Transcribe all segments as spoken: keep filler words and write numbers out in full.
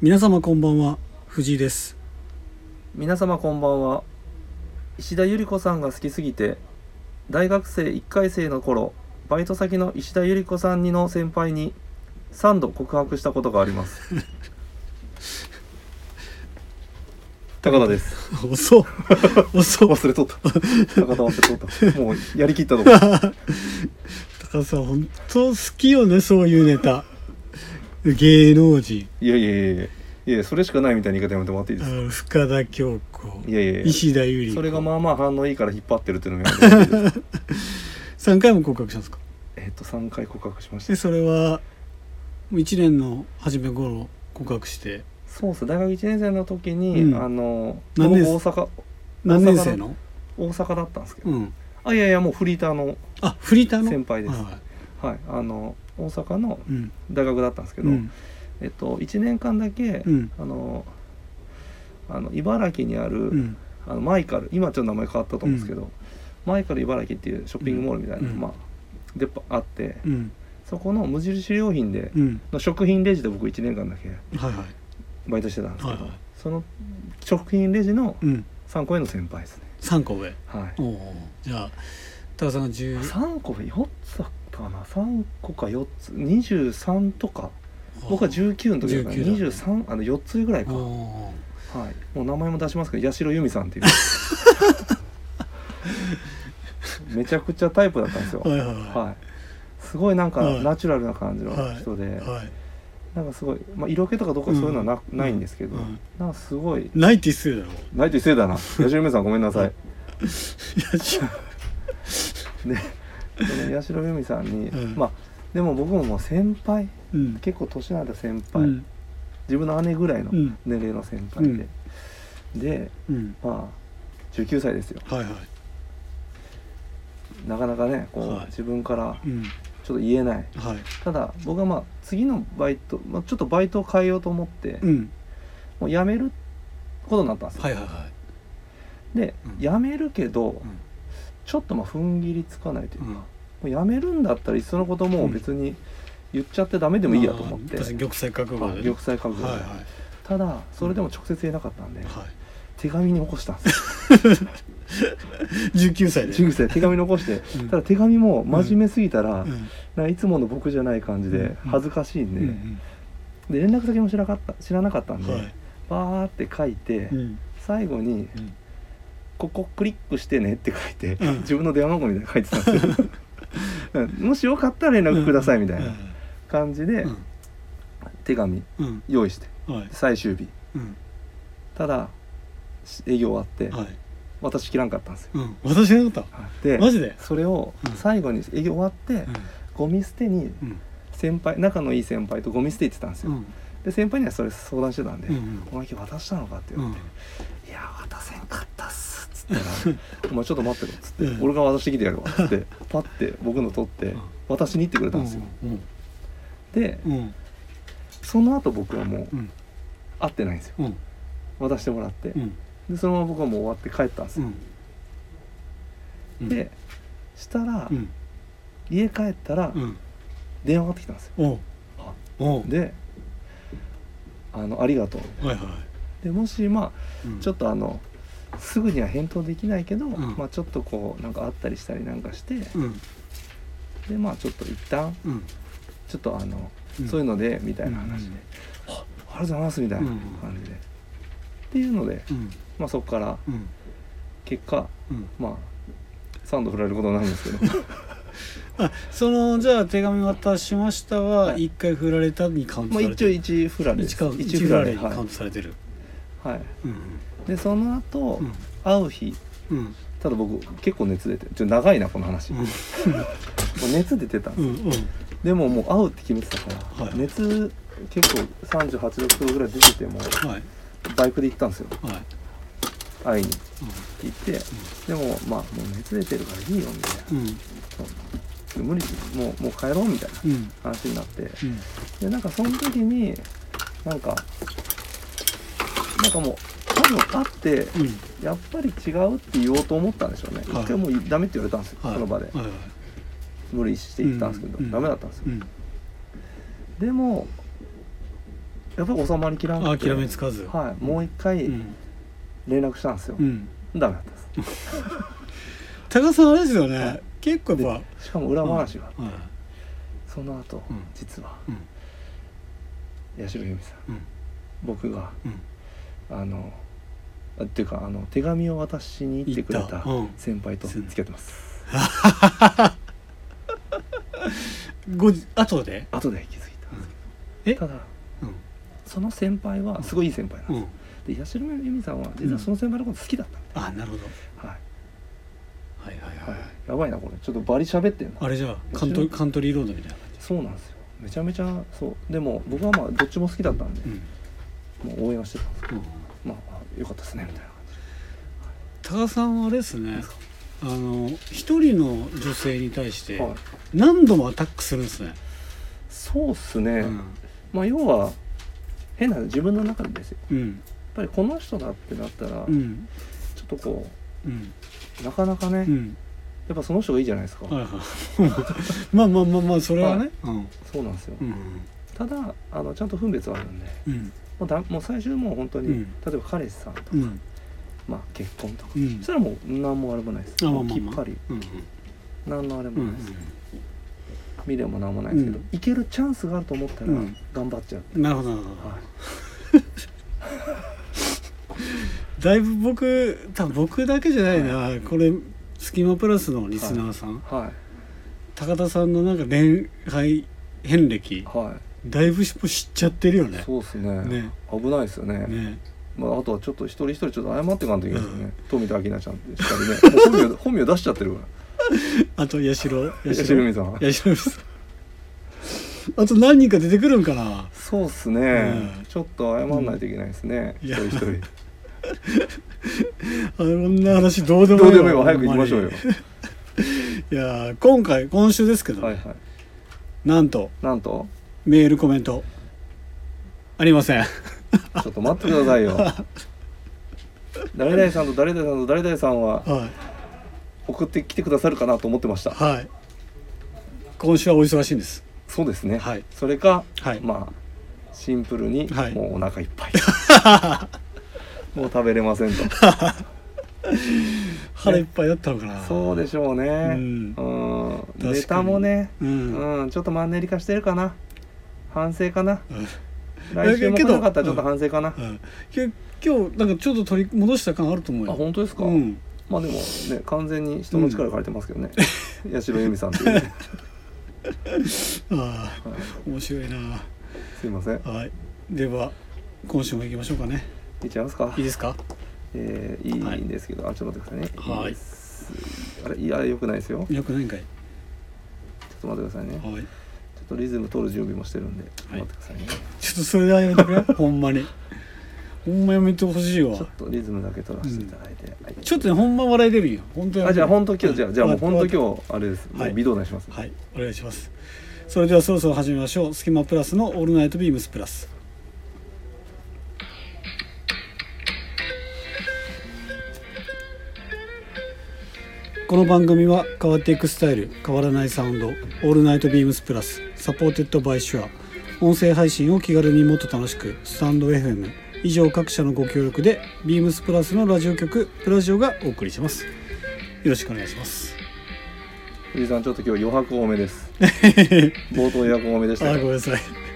皆様こんばんは、藤井です。 皆様こんばんは。石田ゆり子さんが好きすぎて、大学生いっかい生の頃、バイト先の石田ゆり子さんにの先輩にさんど告白したことがあります高田です。 遅っ遅っ忘れとった高田忘れとったもうやりきったとこ高田さん本当好きよね、そういうネタ。芸能人、 いやいやいやいやいや、それしかないみたいな言い方やめてもらっていいですか。 深田恭子、 いやいやいや、 石田ゆり子、 それがまあまあ反応いいから引っ張ってるっていうのもやめてもらっていいですかさんかいも告白したんですか。 えっとさんかい告白しました。 でそれはもういちねんの初め頃告白して。 そうっす、大学いちねん生の時に、うん、あの何年大阪何年生の大阪だったんですけど、 うん、 あいやいやもうフリーターのあフリーターの先輩です。はい、はい、あの大阪の大学だったんですけど、うん、えっといちねんかんだけ、うん、あのあの茨城にある、うん、あのマイカル、今ちょっと名前変わったと思うんですけど、うん、マイカル茨城っていうショッピングモールみたいなのが、うんまあ、であって、うん、そこの無印良品で、うん、の食品レジで僕いちねんかんだけバイトしてたんですけど、はいはい、その食品レジのさんこ上の先輩ですね。 さんこ上、 はい、 おじゃあ高田さんがじゅうさんこ上よっつだったかな、さんこかよっつ、にじゅうさんとか、僕はじゅうきゅうの時だからにじゅうさん、あのよっつぐらいか、はい、もう名前も出しますけど八代由美さんっていうめちゃくちゃタイプだったんですよ。はいはいはい、はい、すごいなんかナチュラルな感じの人で、はいはい、なんかすごい、まあ、色気とかどこかそういうのは な,、うん、ないんですけど、うん、なんかすごいないって失礼だろ。 ないって失礼だな八代由美さんごめんなさいで八代由美さんに、うん、まあでも僕ももう先輩、うん、結構年のある先輩、うん、自分の姉ぐらいの年齢の先輩で、うん、で、うん、まあじゅうきゅうさいですよ、はいはい、なかなかねこう、はい、自分からちょっと言えない、はい、ただ僕はまあ次のバイト、まあ、ちょっとバイトを変えようと思って、うん、もう辞めることになったんですよ、はいはいはい、で、うん、辞めるけど、うん、ちょっとまあ踏ん切りつかないというか、うん、もう辞めるんだったらいっそのことも別に言っちゃってダメでもいいやと思って、 うん、玉砕覚悟で、ね、 玉砕覚悟で、はいはい、ただそれでも直接言えなかったんで、うんはい、手紙に起こしたんですよじゅうきゅうさいでじゅうきゅうさい手紙残して、うん、ただ手紙も真面目すぎたら、うん、なんかいつもの僕じゃない感じで恥ずかしいんで、うんうん、で連絡先も知らなかった知らなかったんで、はい、バーって書いて、うん、最後に、うん、ここクリックしてねって書いて、うん、自分の電話番号みたいなの書いてたんですよもしよかったら連絡くださいみたいな感じで、うん、手紙用意して、うん、最終日、うん、ただ営業終わって、はい、私切らんかったんですよ、 うん、私切らんかった、でマジでそれを最後に営業終わって、うん、ゴミ捨てに先輩、仲のいい先輩とゴミ捨て行ってたんですよ、うん、で先輩にはそれ相談してたんで、うんうん、お前今日渡したのかって言われて、うん、いや渡せんかったっすっつったらお前ちょっと待ってろっつって、うん、俺が渡してきてやるわっつってパッて僕の取って渡しに行ってくれたんですよ、うんうん、で、うん、その後僕はもう会ってないんですよ、うん、渡してもらって、うん、でそのまま僕はもう終わって帰ったんですよ、うん、でしたら、うん、家帰ったら、うん、電話がかかってきたんですよ、おうであのありがとう、はいはい、でもしまあ、うん、ちょっとあのすぐには返答できないけど、うん、まあちょっとこうなんかあったりしたりなんかして、うん、でまあちょっと一旦、うん、ちょっとあの、うん、そういうのでみたいな話で、うん、あ, ありがとうございますみたいな感じで、うん、っていうので、うん、まあそこから、うん、結果、うん、まあさんど振られることはないんですけどあそのじゃあ手紙渡しましたはいっかい振られたにカウントされてる、 まあ、一応いち振られいち振られにカウントされてる、 はい、はいうんうん、でその後、うん、会う日、うん、ただ僕結構熱出てちょっと長いなこの話、うん、もう熱出てたんですよ、うんうん、でももう会うって決めてたから、はい、熱結構さんじゅうはちどぐらい出てても、はい、バイクで行ったんですよ、はい、会いに行って、うん、でもまあもう熱出てるからいいよみたいな、うん無理もうもう帰ろうみたいな話になって、うん、でなんかその時になんかなんかもう多分会って、うん、やっぱり違うって言おうと思ったんでしょうね、はい、一回もうダメって言われたんですよ、はい、その場で、はいはい、無理して言ったんですけど、うん、ダメだったんですよ、うん、でもやっぱり収まりきらんくて諦めつかず、 はい、もう一回うん連絡したんですよ、 うん、 ダメだったです高田さんあれですよね、 はい、 結構やっぱしかも裏話があって、 うんはい、 その後、 うん、 実は、 うん、 八代由美さん、うん、僕が、 うん、 あのっていうかあの手紙を渡しに行ってくれた先輩と付き合ってます、 うん、ご後で後で気づいたんですけど、ただ、うん、その先輩はすごいいい先輩なんです、うん、で八代由美さんは実はその先輩のこと好きだったんで、 うん、あなるほど、 はいはいはいはい、 やばいなこれちょっとバリ喋ってんのあれじゃあカントカントリーロードみたいな感じ。 そうなんですよ、めちゃめちゃそうでも僕はまあどっちも好きだったんで、うん、もう応援はしてたんですけど、うん、まあよかったですねみたいな感じ。高田さんはあれですね、あの一人の女性に対して何度もアタックするんですね、はい、 そうっすね、うん、まあ要は変な自分の中でですよ、うん、やっぱりこの人だってなったら、うん、ちょっとこう、うん、なかなかね、うん、やっぱその人がいいじゃないですか、はいはい、 まあまあまあまあそれはね、 はい、うん、そうなんですよ、うん、ただあのちゃんと分別はあるんで、うん、もうだもう最終もう本当に、うん、例えば彼氏さんとか、うん、まあ結婚とか、うん、そしたらもう何も悪くないです、もうきっぱり、うん、何のあれもないです、うん、未練も何もないですけど、うん、いけるチャンスがあると思ったら頑張っちゃう、 うん、なるほどなるほど、はいだいぶ僕多分僕だけじゃないな、はい、これスキマプラスのリスナーさん、はいはい、高田さんのなんか恋愛遍歴、はい、だいぶ知っちゃってるよね。 そうですね、ね、危ないですよ ね, ね、まあ、あとはちょっと一人一人ちょっと謝っていかんといけないですよね、うん、富田明菜ちゃんってしかりねもう本名本名出しちゃってるからあと八代八代美さん八代美さんあと何人か出てくるんかな。 そうっすね、うん、ちょっと謝んないといけないですね、うん、一人一人あんな話どうでもいいわ、 どうでもいいわ、早く行きましょうよいや今回今週ですけど、ね、はいはい、なんとなんとメールコメントありませんちょっと待ってくださいよ誰々さんと誰々さんと誰々さんは送ってきてくださるかなと思ってました。 はい、今週はお忙しいんです。 そうですね、 はい、 それか、はい、まあシンプルにもうお腹いっぱい、はい、もう食べれませんと腹いっぱいだったのかな、 ね、そうでしょうね、うん、うん、ネタもね、うんうん、ちょっとマンネリ化してるかな、反省かな、うん、来週も来なかったらちょっと反省かな、うんうん、 今日なんかちょっと取り戻した感あると思うよ。 あ、本当ですか、うん、まあでもね完全に人の力借りてますけどね、うん、八代由美さんっていうねああ、はい、面白いな。 すいません。 はい。では今週も行きましょうかね。 いっちゃいますか。 いいですか。 えー、いいんですけど、はい、あ、ちょっと待ってくださいね。 はい。 あれ、いや、良くないですよ。 良くないんかい。ちょっと待ってくださいね。はい。ちょっとリズム取る準備もしてるんで、はい、待ってくださいね。 ちょっとそれでやめてくれ。ほんまに。ほんまやめてほしいわ。 ちょっとリズムだけ取らせていただいて。うん、はい、 ちょっとね、ほんま笑い出るよ。本当に。 あ、じゃあ本当今日、じゃあ、じゃあもう本当今日あれです。はい、微動だします。 はい。お願いします。それではそろそろ始めましょう。スキマプラスのオールナイトビームスプラス。この番組は変わっていくスタイル、変わらないサウンド、オールナイトビームスプラス、サポーテッドバイシュア、音声配信を気軽にもっと楽しく、スタンド エフエム 以上各社のご協力でビームスプラスのラジオ局プラジオがお送りします。よろしくお願いします。 藤井さん、ちょっと今日余白多めです冒頭余白多めでした。 あ、ごめんなさい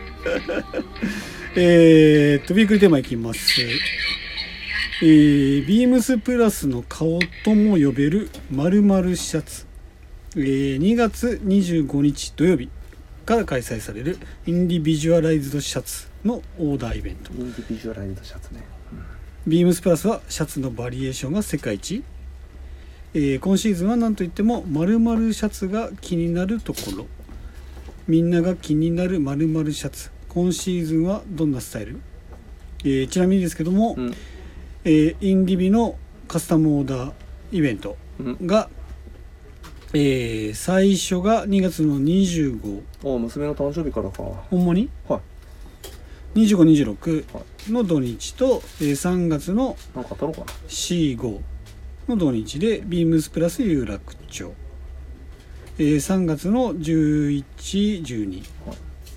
えっとウィークリーテーマいきます。えー、ビームスプラスの顔とも呼べる〇〇シャツ、えー、にがつにじゅうごにち土曜日から開催されるインディビジュアライズドシャツのオーダーイベント。 インディビジュアライズドシャツね、うん、 ビームスプラスはシャツのバリエーションが世界一、えー、今シーズンは何といっても〇〇シャツが気になるところ、みんなが気になる〇〇シャツ、今シーズンはどんなスタイル、えー、ちなみにですけども、うん、えー、インディビのカスタムオーダーイベントが、うん、えー、最初がにがつのにじゅうご、 あ、娘の誕生日からか。 ほんまに、 はい、 にじゅうご、にじゅうろくの土日と、えー、さんがつの シーご の土日でビームスプラス有楽町、えー、さんがつのじゅういち、じゅうに、はい、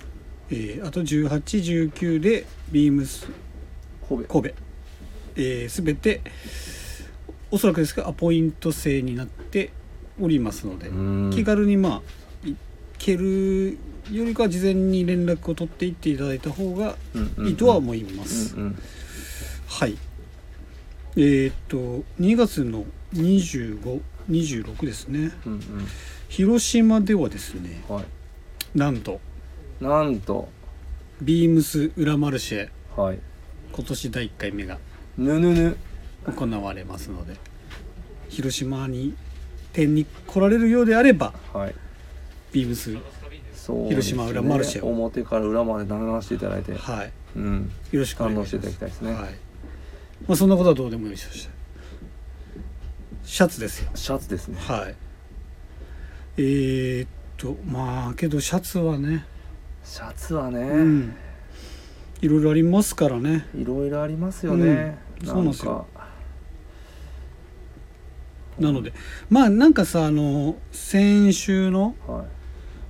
えー、あとじゅうはち、じゅうきゅうでビームス神戸神戸、えー、全ておそらくですがアポイント制になっておりますので、気軽にまあ行けるよりかは事前に連絡を取っていっていただいた方がいいとは思います。はい。えー、っとにがつのにじゅうご、にじゅうろくですね、うんうん、広島ではですね、はい、なんとなんとビームス裏マルシェ、 はい、 今年だいいっかいめがぬぬぬ行われますので、広島に店に来られるようであれば、はい、ビームス広島裏マルシェを、 ね、表から裏まで眺めしていただいて、はい、うん、 よろしくお願いします。 堪能していただきたいですね。はい、 まあ、そんなことはどうでもいいでしょうし、シャツですよ。 シャツですね。 はい。えー、っとまあけどシャツはね、 シャツはね、うん、 いろいろありますからね。 いろいろありますよね。 うん、そうなんですよ。なのでまあなんかさ、あの先週の、はい、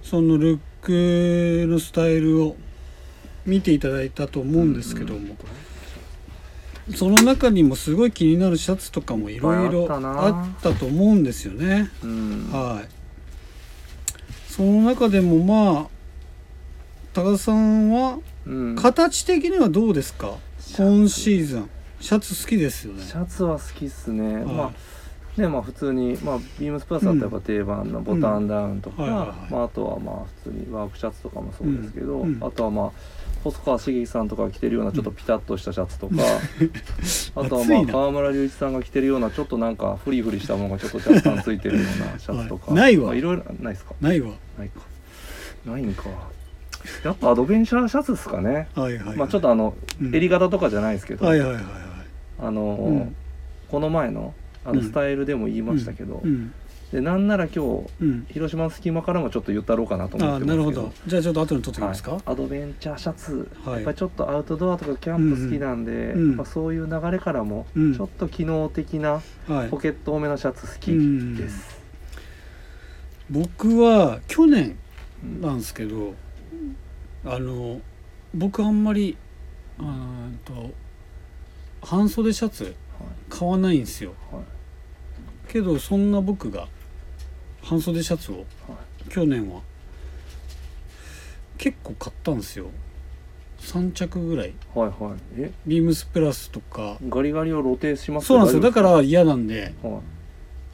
そのルックのスタイルを見ていただいたと思うんですけども、うんうん、その中にもすごい気になるシャツとかもいろいろあったと思うんですよね。うん、はい。その中でもまあ高田さんは形的にはどうですか、うん、今シーズンシャツ好きですよね。 シャツは好きっすね。はい、まあね、まあ普通に、まあ、ビームスプラスだったらやっぱ定番のボタンダウンとか、うんうん、まあ、あとはまあ普通にワークシャツとかもそうですけど、うんうん、あとはまあ細川茂樹さんとかが着てるようなちょっとピタッとしたシャツとか、うん、あとはまあ河村隆一さんが着てるようなちょっとなんかフリフリしたものがちょっと若干ついてるようなシャツとか、 はい、ないわ、 まあ、いろいろないですか。 ないわないかないんかやっぱアドベンチャーシャツですかね。はいはいはい、まあちょっとあの、うん、襟型とかじゃないですけど、はいはいはいはい、あの、うん、この前のあのスタイルでも言いましたけど、うんうん、でなんなら今日、うん、広島の隙間からもちょっと言ったろうかなと思ってますけど。あ、なるほど。 じゃあちょっと後に撮っておきますか、はい、 アドベンチャーシャツ、はい、やっぱりちょっとアウトドアとかキャンプ好きなんで、うんうん、やっぱそういう流れからも、うん、ちょっと機能的なポケット多めのシャツ好きです、 うん、僕は去年なんですけど、うん、あの僕あんまりあと半袖シャツ買わないんですよ、はい、けどそんな僕が半袖シャツを、はい、去年は結構買ったんですよ。さん着ぐらい、はいはい、えビームスプラスとかガリガリを露呈します。 そうなんですよ。だから嫌なんで、はい、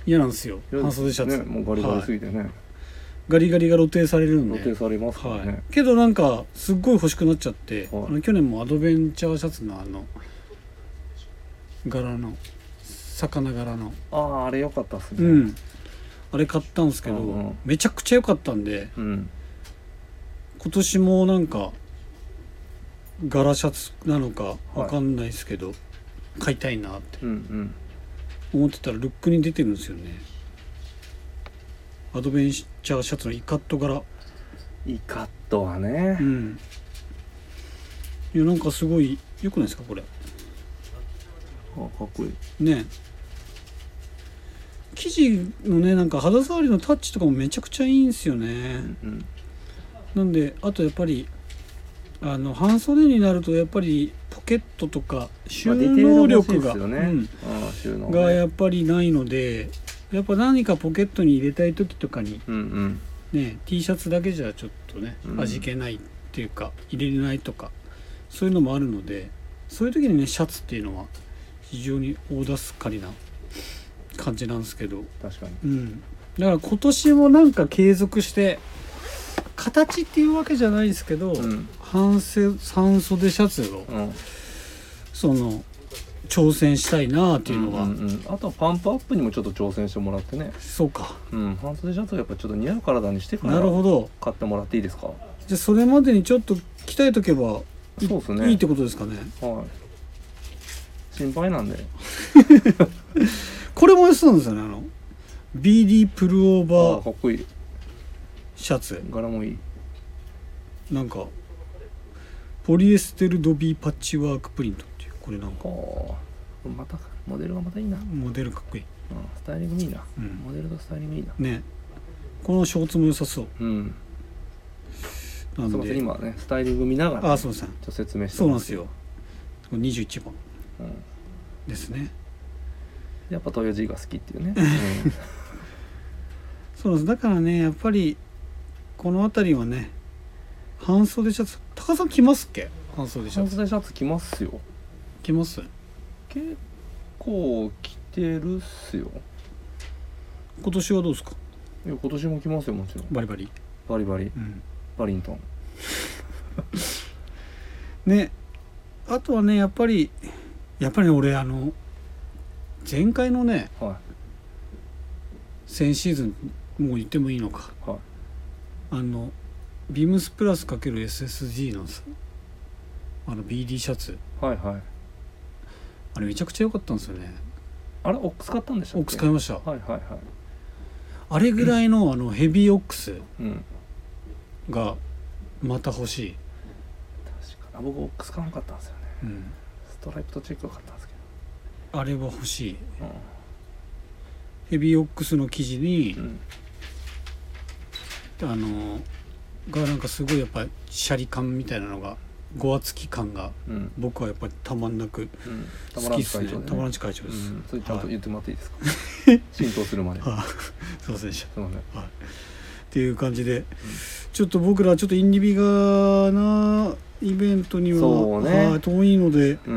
嫌なんですよ半袖シャツ、 ね、もうガリガリすぎてね、はい、 ガリガリが露呈されるんで露呈されますからね、はい、 けどなんかすっごい欲しくなっちゃって、はい、あの去年もアドベンチャーシャツのあの柄の魚柄のあああれ良かったっすね、 うん、あれ買ったんですけど、うん、めちゃくちゃ良かったんで、うん、今年もなんか柄シャツなのか分かんないですけど、はい、買いたいなって思ってたらルックに出てるんですよね。アドベンチャーシャツのイカット柄。 イカットはね、うん、 いやなんかすごい良くないですかこれ。 あ、かっこいいね。生地のねなんか肌触りのタッチとかもめちゃくちゃいいんですよね、うんうん、なんであとやっぱりあの半袖になるとやっぱりポケットとか収納力が、まあね、うん、あ収納ね、がやっぱりないのでやっぱ何かポケットに入れたい時とかに、うんうんね、T シャツだけじゃちょっとね、うん、味気ないっていうか入れれないとかそういうのもあるのでそういう時にねシャツっていうのは非常に大助かりな感じなんですけど、 確かに、 うん、だから今年もなんか継続して形っていうわけじゃないですけど、うん、半袖半袖シャツを、うん、その挑戦したいなっていうのは、うんうんうん、 あとはパンプアップにもちょっと挑戦してもらってね。 そうか、 うん、半袖シャツはやっぱちょっと似合う体にしてからなるほど買ってもらっていいですか。 じゃあそれまでにちょっと鍛えとけばいい、そうですね、いいってことですかね。 はい、心配なんでこれも安なんですよね。あの ビーディー プルオーバーかっこいいシャツ、 柄もいい。 なんかポリエステルドビーパッチワークプリントっていうこれなんかまたモデルがまたいいな。 モデルかっこいい、うん、 スタイリングいいな、うん、モデルとスタイリングいいなね。このショーツも良さそう、うん、 なんですみません今ねスタイリング見ながら、ね、 あ、そうですね、 ちょっと説明してそうなんですよ。にじゅういちばんうん、 ですね。 やっぱ豊地が好きっていうね、うん、 そうなんです。だからねやっぱりこの辺りはね半袖シャツ、高さん着ますっけ？半袖シャツ半袖シャツ着ますよ。 着ます？ 結構着てるっすよ。 今年はどうですか？ いや今年も着ますよもちろん。 バリバリ、 バリバリ、 うん、 バリントンね。あとはねやっぱりやっぱり、ね、俺あの前回のね、 は先シーズンもう言ってもいいのか、 いはいあのビームスプラス ×エスエスジー のさあの ビーディー シャツ、 はいはい。 あれめちゃくちゃ良かったんですよね。 あれオックス買ったんでしたっけ？ オックス買いました。 はいはいはい。 あれぐらいのあのヘビーオックスうん。 がまた欲しい、 確かに僕オックス買わなかったんですよね。 うん、 ストライプとチェックを買ったんですけあれは欲しい。 ど。 ヘビーオックスの生地に、 うん。 あのがなんかすごいやっぱシャリ感みたいなのがごわつき感がうん。うん。 僕はやっぱりたまんなくうん。た好まらきっすね。 ん会長でね。 たまらんち会長です、 うん。それちゃんと言ってもらっていいですか？ はい浸透するまで。すいはいすいませんでしたません。 っていう感じで、ちょっと僕らちょっとインディビガなイベントには、 そうねはい遠いのでうん。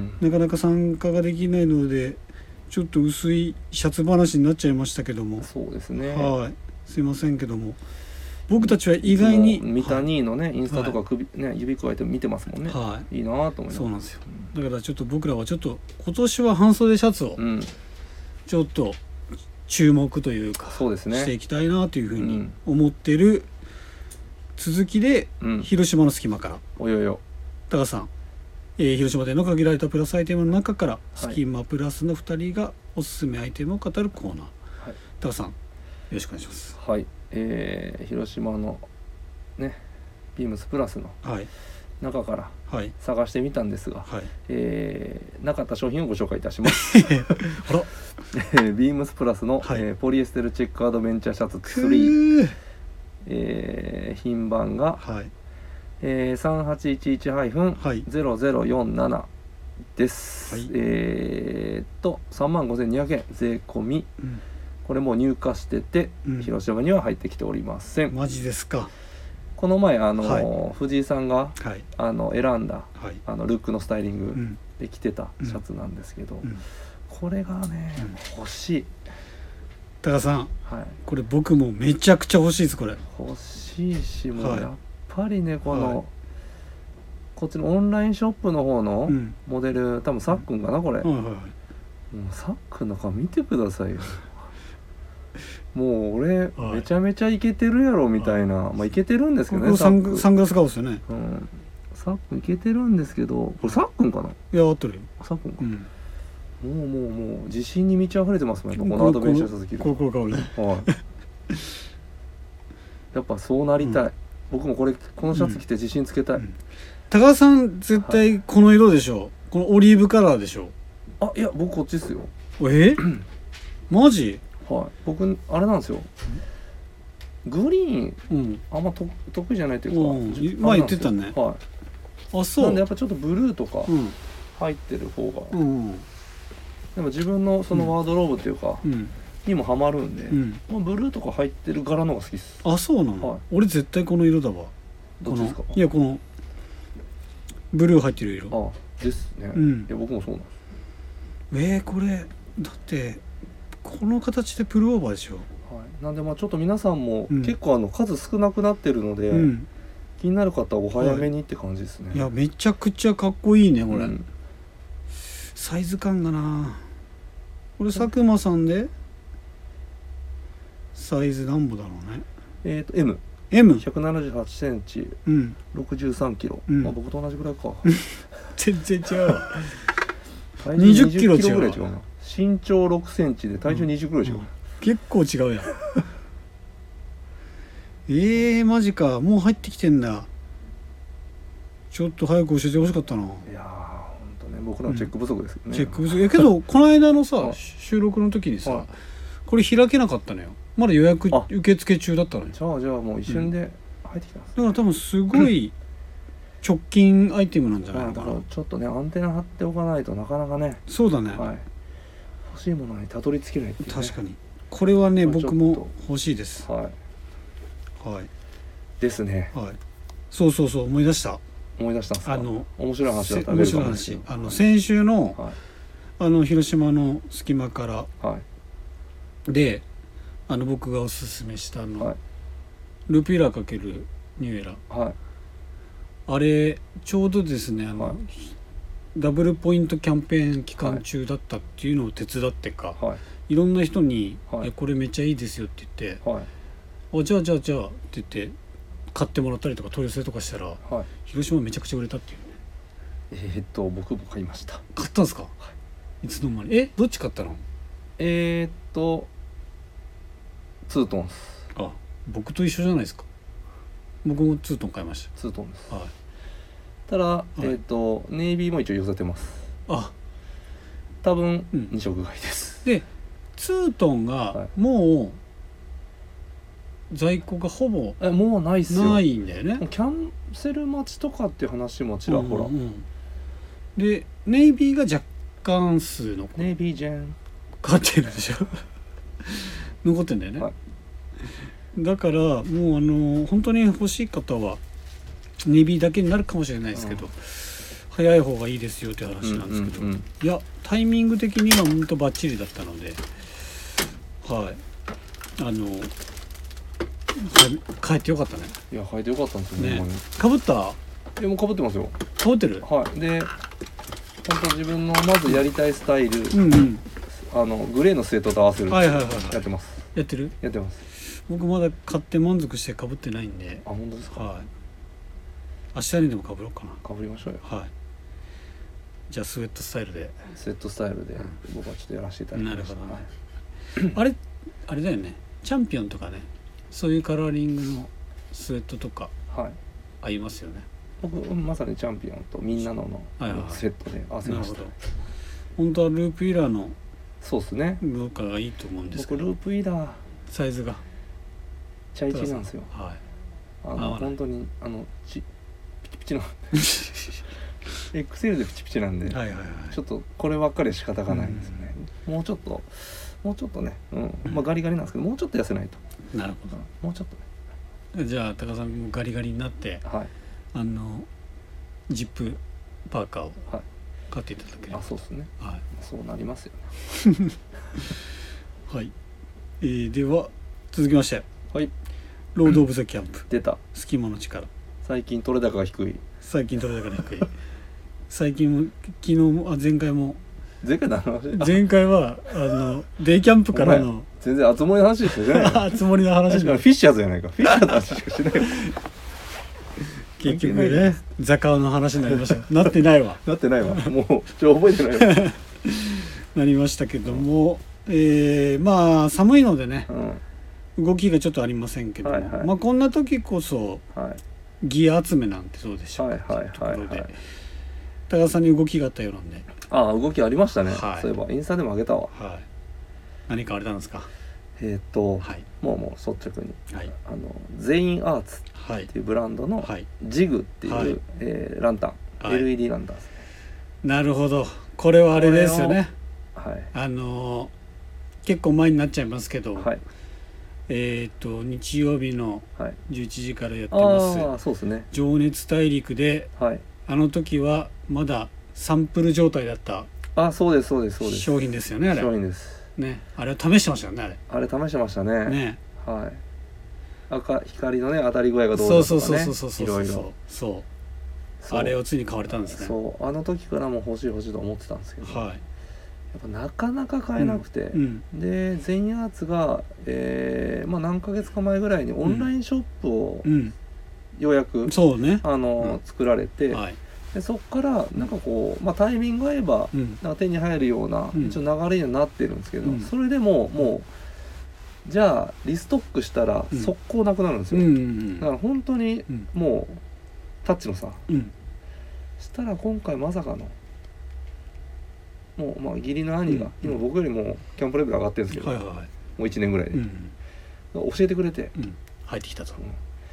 なかなか参加ができないのでちょっと薄いシャツ話になっちゃいましたけども、 そうですね。 はいすいませんけども、僕たちは意外に三谷のね、 はいインスタとか首、ね、指加えて見てますもんね。 はい、 いいなぁと思います。 そうなんですよ。だからちょっと僕らはちょっと今年は半袖シャツをうん。 ちょっと注目というか、 そうですね。 していきたいなというふうにうん思ってる続きで、 うん。 広島の隙間からおよよ。 高さん、えー広島での限られたプラスアイテムの中から隙間プラスのふたりがおすすめアイテムを語るコーナー、 はい。 高さんよろしくお願いします。 はい。えー、広島のね、ビームスプラスのはい中からはい探してみたんですが、 はいえー、なかった商品をご紹介いたします。 あらビームスプラスの、 はいえーポリエステルチェックアドベンチャーシャツくスリー、 ーえー、品番が、 はいえー、さんはちいちいちはいゼロゼロよんなな です、 はいえー、っとさんまんごせんにひゃくえん税込み、 うんこれも入荷してて、 うん広島には入ってきておりません。 マジですか。 この前あの、 は藤井さんがはいあの選んだはいあのルックのスタイリングうんで着てたシャツなんですけど、 うんこれがね、 うん欲しい、 高さんはい、 これ僕もめちゃくちゃ欲しいですこれ。 欲しいしもはいうやっぱりねこの、 はいこっちのオンラインショップの方のうんモデル、多分さっくんかなこれ、もはいはいはいうさっくんの顔見てくださいよもう俺、 はいめちゃめちゃイケてるやろみたいな、まあイケてるんですけどこれねさっくん、 サングサングラス顔ですよね。 うん、さっくんイケてるんですけどこれさっくんかないや合ってるよ。 さっくんか、 うんもうもうもう自信に満ち溢れてますもんやっぱこのアドベンチャーシャツ着るコロコロ顔ね。 はいやっぱそうなりたい、 うん僕もこれこのシャツ着て自信つけたい、 うん高田さん絶対この色でしょ。このオリーブカラーでしょ。 あいや僕こっちっすよえマジ？ はい僕あれなんですよグリーンうんあんまと得意じゃないというか、 うんじゅ前言ってたねはあいそうなんでやっぱちょっとブルーとかうん入ってる方が、 うんでも自分のそのワードローブっていうか、 うんにもハマるんで、 うんまあ、ブルーとか入ってる柄の方が好きっす。 あそうなの、 はい俺絶対この色だわ。 どっちですか？ このいやこのブルー入ってる色。 あですね、 うんいや僕もそうなんです。 えー、これだってこの形でプルオーバーでしょ。 はい、なんでまあちょっと皆さんもうん結構あの数少なくなってるので、 うん気になる方はお早めにって感じですね。 いやめちゃくちゃかっこいいねこれ、 うんサイズ感がなこれ佐久間さんでサイズなんぼだろうね。 えっ、と エムエムひゃくななじゅうはちセンチうんろくじゅうさんキロ、 うんまあ、僕と同じぐらいか全然違うわ体にじゅっキロ違うぐらい違うな。身長ろくセンチで体重にじゅっキロ違う、 うん結構違うやんえー、マジかもう入ってきてんだ。ちょっと早く教えてほしかったな。 いやーほんとね僕らのチェック不足ですけどね、 チェック不足。いやけどこの間のさはい収録の時にさ、 はいこれ開けなかったのよ。まだ予約あ受付中だったのよ。 じゃあじゃあもう一瞬で入ってきてます、 だから多分すごい直近アイテムなんじゃないのかな。 だからちょっとねアンテナ張っておかないとなかなかね、 そうだね、 はい、欲しいものにたどり着けないっていう、ね、 確かにこれはねまあ僕も欲しいです。 はいはいですね。 はい、そうそうそう思い出した。 思い出したんですか。 あの面白い話だったら面白い話、あの先週の、はい、あの広島の隙間から、はい、であの僕がおすすめしたあの、はい、ループイラー×ニューエラー、はい、あれちょうどですねあの、はい、ダブルポイントキャンペーン期間中だったっていうのを手伝ってか、はい、いろんな人に、はい、いやこれめっちゃいいですよって言って、はい、あじゃあじゃあじゃあって言って買ってもらったりとか取り寄せとかしたら、はい、広島めちゃくちゃ売れたっていうね。 えー、っと僕も買いました。 買ったんですか、はい、いつの間に。えどっち買ったの。 えー、っとツートンス。 あ僕と一緒じゃないですか。僕もツートン買いました。 ツートンです、 はい、 ただ、はい、えー、っとネイビーも一応寄せてます。 あ多分に色買いです、 うん、でツートンがもう在庫がほぼえもうないっすよ。 ないんだよね。 キャンセル待ちとかっていう話もちらほら、うんうん、 でネイビーが若干数のネイビージェン買ってるでしょ残ってんだよね、はい、だからもうあの本当に欲しい方はネイビーだけになるかもしれないですけど、うん、早い方がいいですよって話なんですけど、うんうんうん、いやタイミング的には本当バッチリだったので、はいあの帰ってよかったね。 いや帰ってよかったんですよね。 かぶった？ いやもうかぶってますよ。 かぶってる？ はいで本当自分のまずやりたいスタイル、 うんうん、 あのグレーのスウェットと合わせる、はいはいはいはい、やってます。 やってる？ やってます。 僕まだ買って満足してかぶってないんで。 あ本当ですか？ はい。明日にでもかぶろうかな。 かぶりましょうよ。 はい。じゃあスウェットスタイルで。 スウェットスタイルで、うん、僕はちょっとやらせていただきました。なるほどね。あれあれだよね。チャンピオンとかね。そういうカラーリングのスウェットとか合いますよね、 はい、僕まさにチャンピオンとみんなののセットで合わせました。 なるほど。本当はループイラーのそうですねどっかがいいと思うんですけど、 僕ループイラーサイズがチャイチなんですよ。 はい、 あの本当にあのちピチピチのエックスエル でピチピチなんで、はいはいはい、ちょっとこればっかりは仕方がないんですよね、うん、もうちょっともうちょっとね、うんまあ、ガリガリなんですけどもうちょっと痩せないと。 なるほど。 もうちょっとね。じゃあ高さんもガリガリになって、はい、あのジップパーカーを買っていただければ、 はい、あそうですね、はい、そうなりますよねはい、えー、では続きまして、 はい、 ロード・オブ・ザ・キャンプ出た隙間の力。 最近取れ高が低い。 最近取れ高が低い最近も昨日もあ前回も前回の話前回はあのデイキャンプからの全然熱盛の話しかしないよ熱盛の話フィッシャーズじゃないかフィッシャーズの話しかしないよ結局ねザカオの話になりましたなってないわなってないわもうちょ覚えてないわなりましたけども、うん、えー、まあ寒いのでね、うん、動きがちょっとありませんけども、はいはい、まあこんな時こそ、はい、ギア集めなんてそうでしょうか、はいはいはいはい、高田さんに動きがあったようなんで。 ああ動きありましたね、はい、そういえばインスタでも上げたわ、はい、 何かあれなんですか。 えー、っと、はい、もうもう率直に、はい、あの全員アーツっていうブランドのジグっていう、はい、えー、ランタン、はい、エルイーディー ランタンですね。 なるほど。これはあれですよね、はい、あの結構前になっちゃいますけど、はい、えー、っと日曜日のじゅういちじからやってます、 はい、あそうですね、 情熱大陸で、はい、あの時はまだサンプル状態だったあそうですそうですそうです商品ですよね。あれ商品ですね。あれを試してましたよね。あれあれ試してましたね。ねはい赤光のね当たり具合がどうだとかね、そうそうそうそうそういろいろそうあれをついに買われたんですね。 そうあの時からもう欲しい欲しいと思ってたんですけど、はい、やっぱなかなか買えなくて、うんうん、で全員アーツが、えーまあ、何ヶ月か前ぐらいにオンラインショップをようやく、うん、そうね、あの、うん、作られて、はい、でそっからなんかこう、まあ、タイミング合えばなんか手に入るような一応流れにはなってるんですけど、うん、それでももうじゃあリストックしたら速攻なくなるんですよ、うんうんうん、だから本当にもうタッチの差、うん、したら今回まさかのもうまあ義理の兄が、うん、今僕よりもキャンプレベル上がってるんですけど、はいはいはい、もういちねんぐらいで、うん、教えてくれて、 うん、入ってきたと、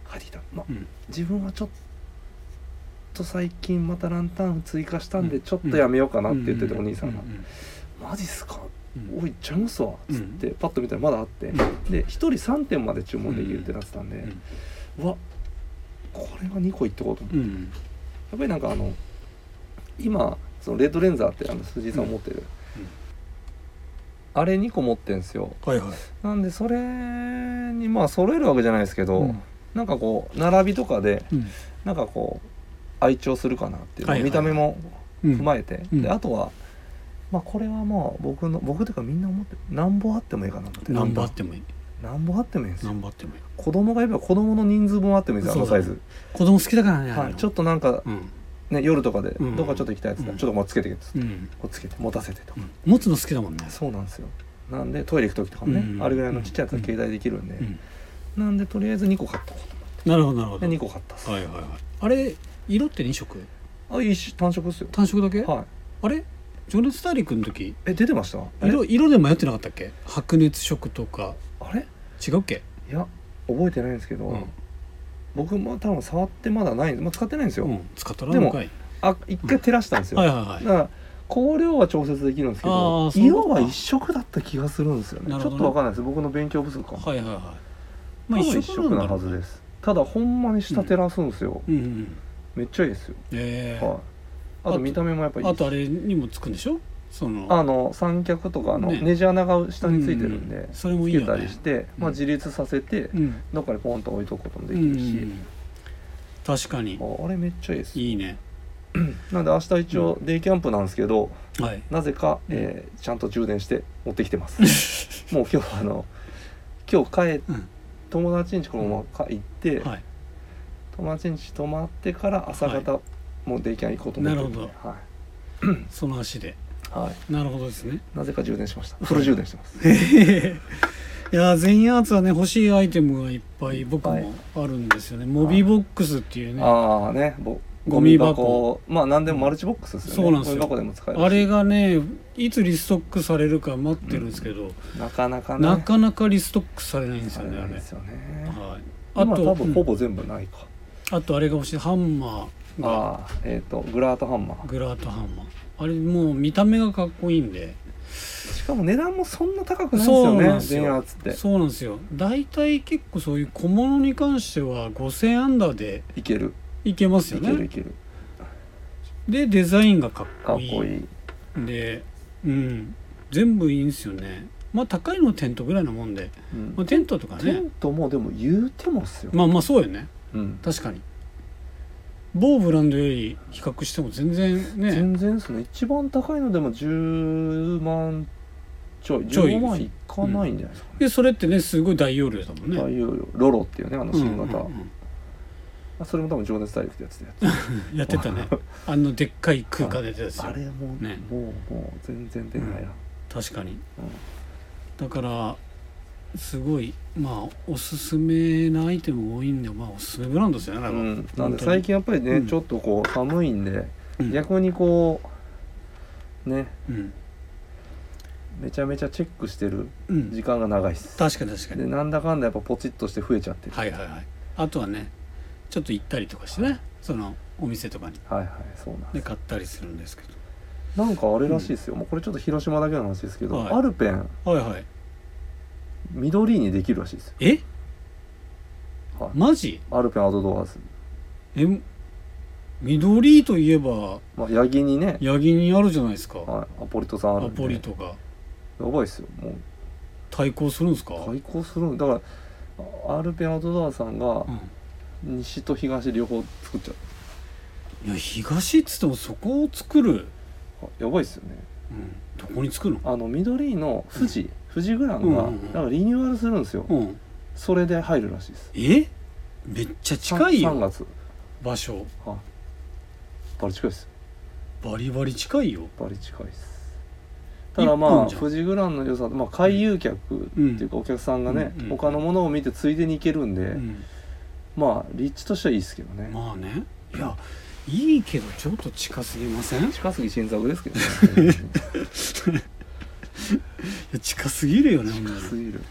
帰ってきた、まあうん、 自分はちょっと最近またランタン追加したんでうんちょっとやめようかなって言ってて、 うんお兄さんが、 うんうんマジっすか、 うんおいっちゃいますわっつって、パッと見たらまだあって、 うんでひとりさんてんまで注文できるってなってたんで、 うんうわこれはにこいっとこうと思って、 うんやっぱりなんかあの今そのレッドレンザーってあの藤井さん持ってる、 うんうんあれにこ持ってんすよ。 はいはいなんでそれにまあ揃えるわけじゃないですけど、 うんなんかこう並びとかでうんなんかこう愛調するかなっていうのをはいはい見た目も踏まえて、 うんであとはまあこれはまあ僕の僕というかみんな思ってるなんぼあってもいいかなって何本あってもいいなんぼあってもいいんですよ。 何本あってもいい子供がいれば子供の人数分あってもいいんですよ、あのサイズ。 子供好きだからね、 はい、ちょっとなんかうんね夜とかでうんどっかちょっと行きたいやつだ、 うんちょっともうつけてきて、 うんこうつけて持たせてとか、 うん持つの好きだもんね。 そうなんですよ。なんでトイレ行く時とかもね、 うんあれぐらいのちっちゃいやつは携帯できるんで、 うんなんでとりあえずにこ買っとこうと思ってなるほどなるほど。 でにこ買ったっす。 はいはいはい。あれ色ってに色？ あ、いいし単色っすよ。 単色だけ？ はい。 あれ情熱大陸の時え出てました？あれ色色で迷ってなかったっけ？白熱色とかあれ違うっけ？ いや覚えてないんですけど、 うん僕も多分触ってまだないんで、まあ、使ってないんですよ、 うん使ったらのかい。 あ一回照らしたんですよ、 はいはいはいだから光量は調節できるんですけあどーそういうことか色は一色だった気がするんですよね。 なるほどねちょっとわかんないです、僕の勉強不足かも、 はいはいはい。 まあ、一一色色なはずです。ただほんまに下照らすんですよ、 うんうん。 めっちゃいいですよ、 ええ。 はい、あと見た目もやっぱりいいです。 あとあれにもつくんでしょ？そのあの三脚とかのねネジ穴が下についてるんで、 うんそれもいいよねつけたりして、まあ、自立させて、 うんどっかにポンと置いとくこともでうんうきるし、 ん。確かにああれめっちゃいいです。 いいね。 なんで明日一応デイキャンプなんですけど、 はい。 なぜか、えーちゃんと充電して持ってきてますもう今日はあの今日帰っうん友達ん家このまま帰って、 はい。 友達ん家泊まってから朝方、 はもうデイキャン行こうと思ってるんで、 なるはその足で。 い、はい、 なるほどですね。 なぜか充電しました。フル充電してます。 いや全員アーツはね欲しいアイテムがいっぱい僕はいもあるんですよね。モビーボックスっていうね。 ああね、ぼゴミ箱まあ何でもマルチボックスですよね。 そうなんですよゴミ箱でも使えるしあれがねいつリストックされるか待ってるんですけど、 なかなかねなかなかリストックされないんですさよねあれ。 れないですよね。 はい。あ今と多分ほぼ全部ないか。 うんあとあれが欲しいハンマーがああえっ、とグラートハンマー。 グラートハンマーあれもう見た目がかっこいいんで。 しかも値段もそんな高くないですそうよね。 なんですよ電圧ってそうなんですよ。大体結構そういう小物に関してはごせんアンダーでいける。 いけますよいけるいね。 ける。 でデザインがかっかっこいいこいい。 で、うん、全部いいんですよね。まあ高いのテントぐらいのもんで、 うんまあ、テントとかテねントもでも言うてもっすよ。 まあまあそうよねうん。 確かに某ブランドより比較しても全然ね全然ですね。一番高いのでもじゅうまんちょい。 ちょいじゅうごまんいかないんじゃないですかね。 でそれってねすごい大容量だもんね。 大容量ロロっていうねあの新型、 うんうんうんあそれも多分情熱大陸ってやつでやってやってたねあのでっかい空間でですよあれも、 ねもうもう全然出ないな、 確かにうんだからすごいまあおすすめなアイテム多いんでまあおすすめブランドですよねだからうんなんで最近やっぱりね、 うんちょっとこう寒いんで、 うん逆にこうねうんめちゃめちゃチェックしてるうん時間が長いっす、 確かに確かにでなんだかんだやっぱポチッとして増えちゃってる、 はいはいはいあとはねちょっと行ったりとかしてねそのお店とかにはいはいそうなんでです買ったりするんですけなんかあれらしいですよ、もうこれちょっと広島だけの話ですけど、 はいアルペンどはいはい緑にできるらしいですよ、 えはい、 マジアルペンアウトドアーズ、 え緑といえばまあ、ヤギにね、 ヤギにあるじゃないですか、 はい、アポリトさんあるアんでポリとかやばいっすよもう対抗するんですか、 対抗するだからアルペンアウトドアさんがうん西と東両方作っちゃう、 いや東っつってもそこを作る、 あやばいっすよね。 うん、どこに作るのあの緑の富士、富士グランが、 うんうんうんだからリニューアルするんですよ、 うんそれで入るらしいです。 えめっちゃ近いさんよがつ場所はいバリ近いですバリバリ近いよバリ近いですただまあ一本じゃん富士グランの良さ、まあ、回遊客っていうかお客さんがね、 うんうん他のものを見てついでに行けるんで、 うんまあ立地としてはいいですけどね、 まあねいやいいけどちょっと近すぎませんい近すぎ新作ですけどねや近すぎるよねほんなら近すぎる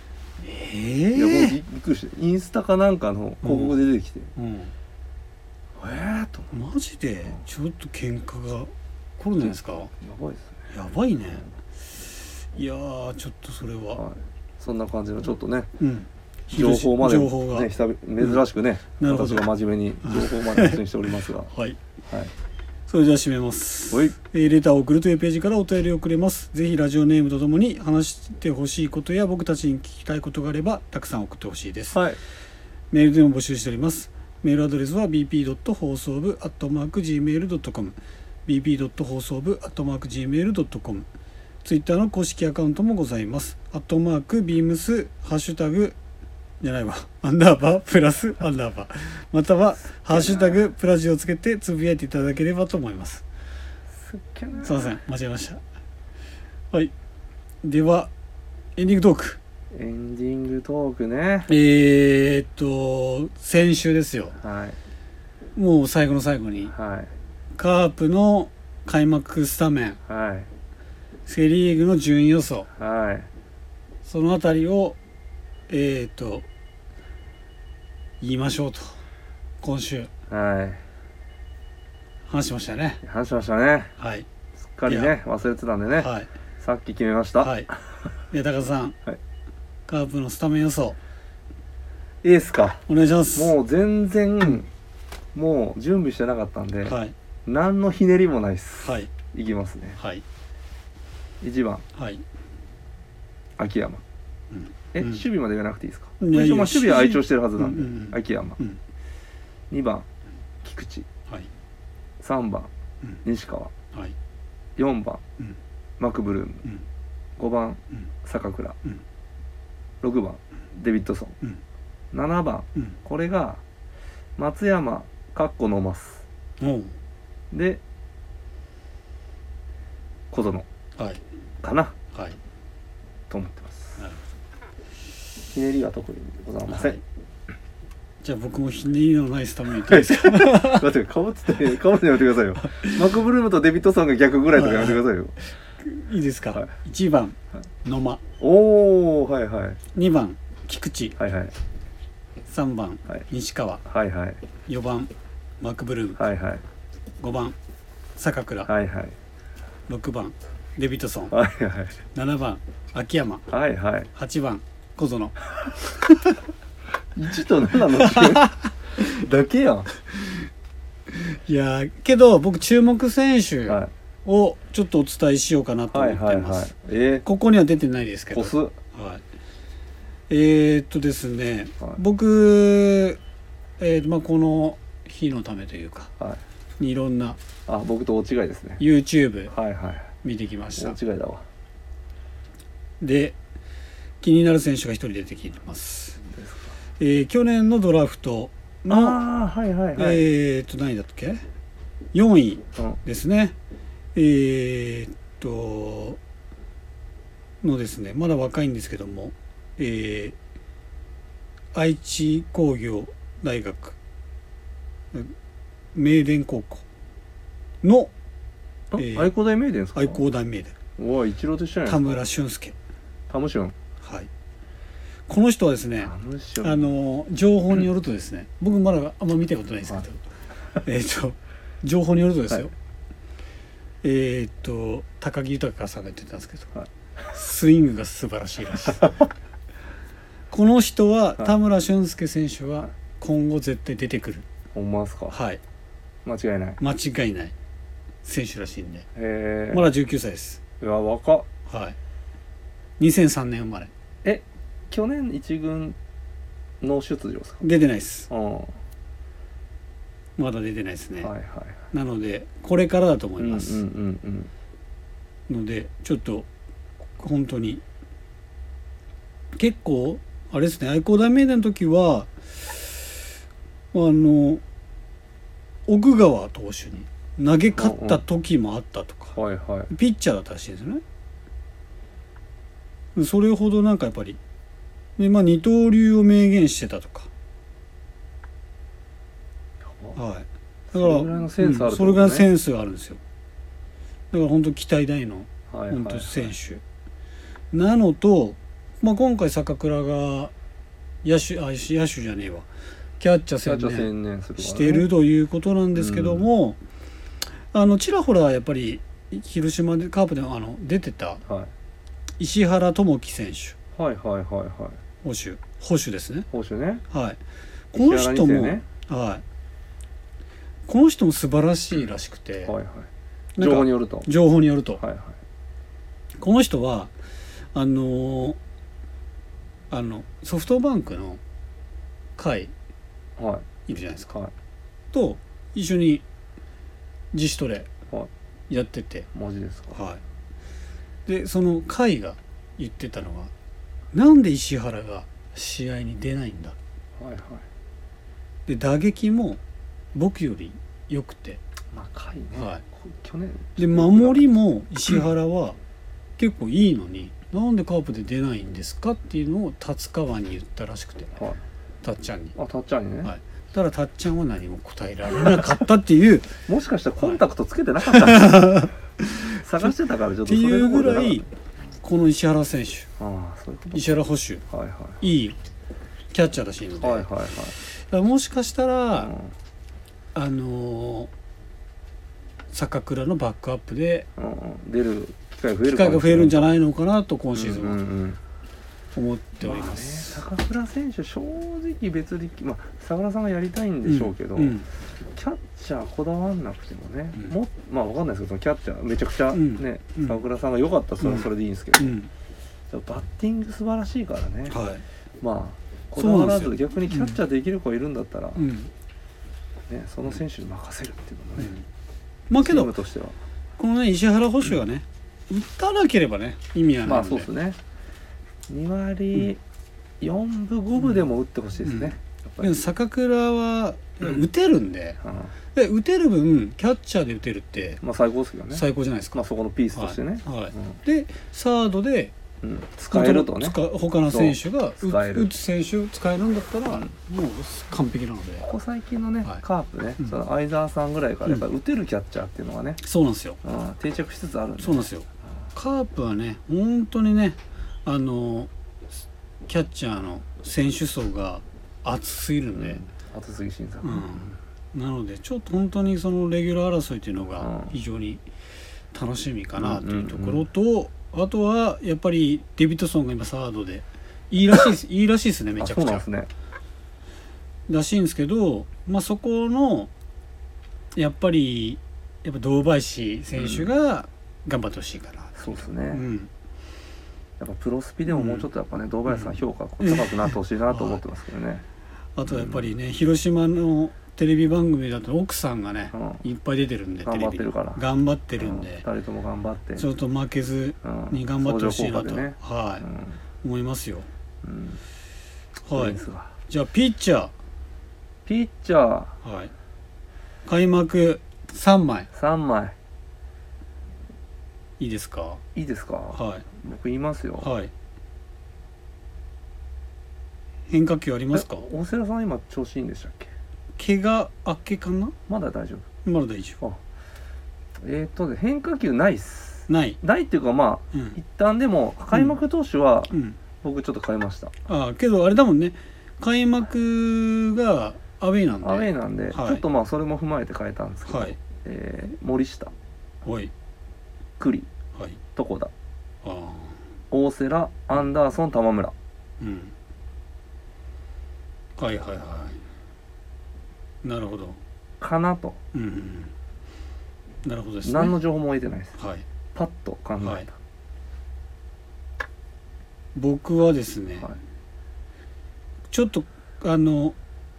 えいやもうえびっくりしてインスタかなんかの広告で出てきて、 うんえーと思ってマジでちょっと喧嘩が来るんですか、 やばいですね。 やばいね。いやーちょっとそれは、 はい、そんな感じのちょっとね、 うん情報まで情報が、 ね、久々珍しくね、 なるほど私が真面目に情報まで発信しておりますがはいはいそれでは締めます。 はいえーレターを送るというページからお便りをくれます。ぜひラジオネームとともに話してほしいことや僕たちに聞きたいことがあればたくさん送ってほしいです。 はいメールでも募集しております。メールアドレスは ビーピー 放送部 アットマーク ジーメール ドットコム ビーピー 放送部 アットマーク ジーメール ドットコム ツイッターの公式アカウントもございます。アットマークビームスハッシュタグじゃないわアンダーバープラスアンダーバーまたはハッシュタグプラジをつけてつぶやいていただければと思います。 すっげえなすいません間違えました。はいではエンディングトーク。 エンディングトークね。 えー、っと先週ですよ。 はいもう最後の最後にはいカープの開幕スタメン、 はいセリーグの順位予想、 はいそのあたりをえー、っと言いましょうと今週はい話しましたね。 話しましたね。 はいすっかりいね忘れてたんでね、 はいさっき決めました。 はいで高田さん、 はいカープのスタメン予想いいですか。 お願いします。 もう全然もう準備してなかったんで、 はい何のひねりもないっす。 はいいきますね。 はいいちばんはい秋山。 うんえ、 うん守備まで言わなくていいですか。 いやいや一応まあ守備は愛調してるはずなんで、 うんうんうん秋山。 うんにばん菊池。 はいさんばんうん西川。 はいよんばんうんマクブルーム。 うんごばんうん坂倉。 うんろくばんデビッドソン。 うんななばんうんこれが松山かっこのますおうで小園はいかなはいと思ってます。 なるひねりは特にございません。 はいじゃあ僕もひねりのないスタメン言っていいですか。 待ってかぶってかぶってやめてくださいよ。マクブルームとデビッドソンが逆ぐらいとかやめてくださいよ。 いいですか、 はいいちばんはい野間、 おおはいはいにばん菊池、 はいはいさんばんはい西川、 はいはいよばんマクブルーム、 はいはいごばん坂倉、 はいはいろくばんデビッドソン、 はいはいななばん秋山、 はいはいはちばん小園。 いちとななの違いだけやん。 いやーけど僕注目選手はをちょっとお伝えしようかなとい思はいはいはいってます。 えここには出てないですけー、 ど、 コスはい、えー、っとですね、 はい僕、えーまあ、この日のためというかはいにいろんなあ僕と大違いですね。 YouTube はいはい見てきました。 大違いだわ。 で気になる選手が一人出てきてます。 ですか。 えー去年のドラフトのああはいはいはい、 えー、っと何位だったっけよんいうんですね。えー、っとのですねまだ若いんですけども、えー愛知工業大学名電高校のあ、 えー愛工大名電ですか。 愛工大名電うわ一郎と一緒じゃないですか。 田村俊介、 タムシュンはい、この人はですねタムシュンあの情報によるとですね、僕まだあんま見たことないですけど、えーっと情報によるとですよ、 はいえーっと高木豊さんが言ってたんですけど、 はいスイングが素晴らしいらしいですこの人は、 はい田村俊介選手は今後絶対出てくる、 ほんまですか。 はい、 間違いない。 間違いない選手らしいんで、 へえまだじゅうきゅうさいです。 うわ若っ。 はいにせんさんねん生まれ。 え去年一軍の出場ですか。 出てないですうんはまだ出てないですね、 いはいなのでこれからだと思います、 うんうんうんのでちょっと本当に結構あれですね愛工大名電の時はあの奥川投手に投げ勝った時もあったとか、 うんはいはいピッチャーだったらしいですよね。それほどなんかやっぱりで、まあ、二刀流を明言してたとか、はい、だからそれぐらいのセンスあるってことねうんそれぐらいのセンスがあるんですよ。だから本当期待大のはいはい本当選手なのと、 まあ、今回坂倉が野手あ野手じゃねえわキャッチャー専キャッチャー専念念するからねしてるということなんですけども、うん、あのちらほらやっぱり広島でカープであの出てた石原智樹選手、 はい、はいはいはいはい捕手捕手ですね。 捕手ね。 はい。この人も、 ね、 はい。この人も素晴らしいらしくて、 はいはい。情報によると。 情報によると。 はいはい。 この人はあのー、あのソフトバンクの会いるじゃないですか。はい、と一緒に自主トレやってて。 マジですか。 はい。でその会が言ってたのは。なんで石原が試合に出ないんだ、 はいはい、 で打撃も僕より良くて、 まあ回ね、はい、去年で守りも石原は結構いいのに、うん、なんでカープで出ないんですかっていうのを達川に言ったらしくて、はい、たっちゃんにあたっちゃんにね、 はい、ただたっちゃんは何も答えられなかったっていうもしかしたらコンタクトつけてなかったんですか、はい、探してたからちょっとそれっていうぐらいこの石原選手、 あそういうこと石原捕手、 はいはい、 いいキャッチャーらしいので、 はいはいはい、 もしかしたら、うん、あのー、坂倉のバックアップで、 うんうん、出る機会増える機会が増えるんじゃないのかなと今シーズンは思っております、 まあね、坂倉選手正直別力、まあ、坂倉さんがやりたいんでしょうけど、うんうん、キャッチャーこだわんなくてもね、うん、もまあ分かんないですけどそのキャッチャーめちゃくちゃね、うん、坂倉さんが良かったらそれはそれでいいんですけど、うん、バッティング素晴らしいからね、はい、まあこだわらず逆にキャッチャーできる子がいるんだったら、うんね、その選手に任せるっていうのもね、 うん、まあけどチームとしてはこのね石原捕手がね、うん、打たなければね意味はないので、 まあそうですねに割よんぶごぶでも打ってほしいですね、うん、やっぱり坂倉は打てるんで、うん、で打てる分キャッチャーで打てるってまあ最高ですけどね最高じゃないですか、 まあ、そこのピースとしてね、 はいはいうん、でサードでうん、使えるとね他の選手が打つ選手使えるんだったらもう完璧なので、 ここ最近のね、はい、カープね、うん、その相澤さんぐらいからやっぱり打てるキャッチャーっていうのがね、 うん、そうなんですよ、 うん、定着しつつあるんで、 そうなんですよ、カープはね本当にねあのキャッチャーの選手層が厚すぎるんで、うん、 厚すぎ審査、 うん、なのでちょっと本当にそのレギュラー争いっていうのが非常に楽しみかなというところと、うんうんうん、あとはやっぱりデビッドソンが今サードでいいらしいですいいらしいですねめちゃくちゃ。そうなんですね。らしいんですけど、まあそこのやっぱりやっぱ堂林選手が頑張ってほしいかな、 うん。そうですね。うん、やっぱプロスピでももうちょっとやっぱね、うん、堂林さん評価高くなってほしいなと思ってますけどね。 うん、あとやっぱりね広島のテレビ番組だと奥さんがね、うん、いっぱい出てるんで頑張ってるから頑張ってるんで、 うん、ふたりとも頑張ってちょっと負けずに頑張ってほしいなと、ねはいうん、思いますよ、うんはい、じゃあピッチャーピッチャー、 はい、開幕さんまいさんまいいいですかいいですか、 はい、 僕言いますよ、 はい、変化球ありますか。 大瀬良さん今調子いいんでしたっけ。 怪我明けかな。 まだ大丈夫まだ大丈夫。 えっ、ー、と変化球ないっすないないっていうかまあ、うん、一旦でも開幕投手は、うん、僕ちょっと変えました、 うん、ああけどあれだもんね開幕がアウェイなんでアウェイなんで、はい、ちょっとまあそれも踏まえて変えたんですけど、はいえー、森下はい栗、はい、床田あ大瀬良アンダーソン玉村うんはいはいはいなるほどかなと、 うんうん、なるほどですね。 何の情報も得てないです、 はい、 パッと考えた、はい、 僕はですね、はい、ちょっとあの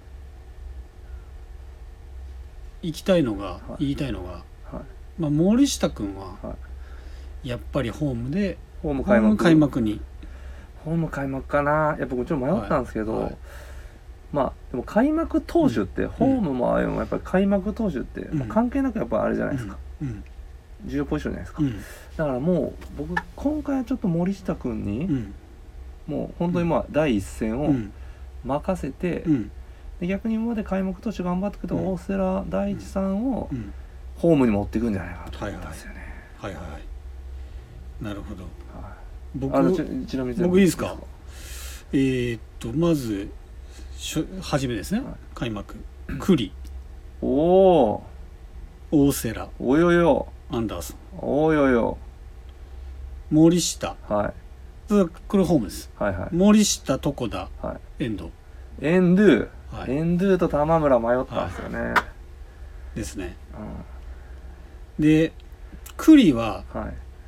行きたいのが、はい、言いたいのが、はいまあ、森下君は、はい、やっぱりホームでホーム開幕、 開幕にホーム開幕かな。やっぱちょっと迷ったんですけど、はいはいまあでも開幕投手って、うん、ホームもあれもやっぱり開幕投手って、うんまあ、関係なくやっぱあれじゃないですか、うん、重要ポジションじゃないですか、うん、だからもう僕今回はちょっと森下君に、うん、もう本当にまあ第一戦を任せて、うん、で逆に今まで開幕投手頑張ってくれた大瀬良大地さんをホームに持っていくんじゃないかなと思ったんですよね。 はいはい、はいはい、なるほど、はい、 僕あちちなみに僕いいですか。 えー、っとまずしょ初めですね、はい、開幕栗、 おお大瀬良、 およよアンダーソン、 およよ森下、 はいこれホームです、 はいはい、 森下、床田、 はい、 遠藤、 エンドゥ、 はい、 エンドゥと玉村迷ったんですよね、はい、 ですね、 うん、 で栗ははい、